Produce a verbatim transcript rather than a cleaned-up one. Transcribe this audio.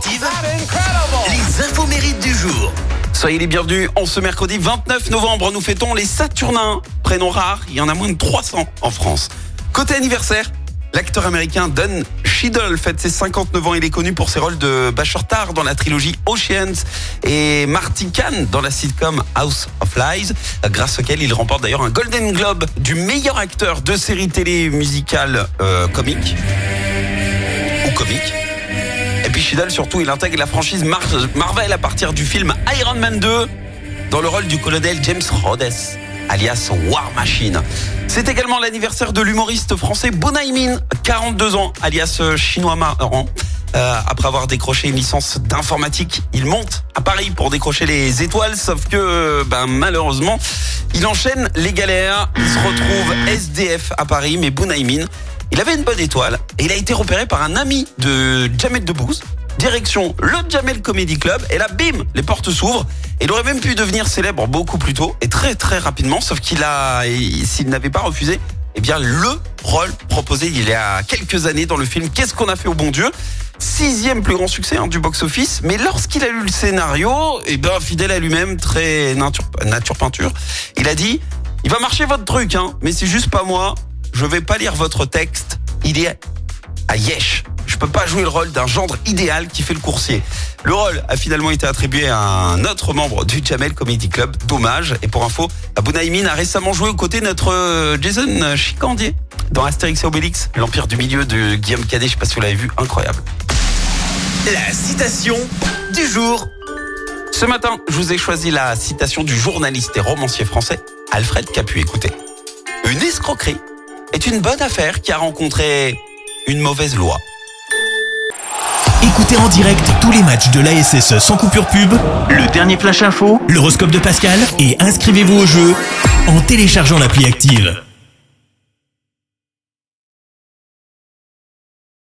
Active, les infos mérites du jour. Soyez les bienvenus. En ce mercredi vingt-neuf novembre, nous fêtons les Saturnins. Prénom rare, il y en a moins de trois cents en France. Côté anniversaire, l'acteur américain Don Cheadle fête ses cinquante-neuf ans. Il est connu pour ses rôles de Bashir Tarr dans la trilogie Oceans et Marty Kahn dans la sitcom House of Lies, grâce auquel il remporte d'ailleurs un Golden Globe du meilleur acteur de série télé musicale euh, comique ou comique. Et puis Cheadle, surtout, il intègre la franchise Mar- Marvel à partir du film Iron Man deux dans le rôle du colonel James Rhodes, alias War Machine. C'est également l'anniversaire de l'humoriste français Bunaimin, quarante-deux ans, alias chinois marrant. Euh, après avoir décroché une licence d'informatique, il monte à Paris pour décrocher les étoiles, sauf que ben, malheureusement, il enchaîne les galères. Il se retrouve S D F à Paris, mais Bunaimin, il avait une bonne étoile et il a été repéré par un ami de Jamel Debbouze. Direction le Jamel Comedy Club et là, bim, les portes s'ouvrent. Il aurait même pu devenir célèbre beaucoup plus tôt et très très rapidement, sauf qu'il a, s'il n'avait pas refusé, eh bien le rôle proposé il y a quelques années dans le film Qu'est-ce qu'on a fait au bon Dieu, sixième plus grand succès hein, du box-office. Mais lorsqu'il a lu le scénario, eh ben fidèle à lui-même, très nature, nature peinture, il a dit il va marcher votre truc, hein, mais c'est juste pas moi. Je vais pas lire votre texte. Il est à Yesh. Je peux pas jouer le rôle d'un gendre idéal qui fait le coursier. Le rôle a finalement été attribué à un autre membre du Jamel Comedy Club. Dommage. Et pour info, Bunaimin a récemment joué aux côtés de notre Jason Chicandier dans Astérix et Obélix, l'Empire du Milieu de Guillaume Canet. Je sais pas si vous l'avez vu, incroyable. La citation du jour. Ce matin, je vous ai choisi la citation du journaliste et romancier français Alfred Capu. Écoutez. Une escroquerie est une bonne affaire qui a rencontré une mauvaise loi. Écoutez en direct tous les matchs de l'A S S sans coupure pub, le dernier flash info, l'horoscope de Pascal et inscrivez-vous au jeu en téléchargeant l'appli Active.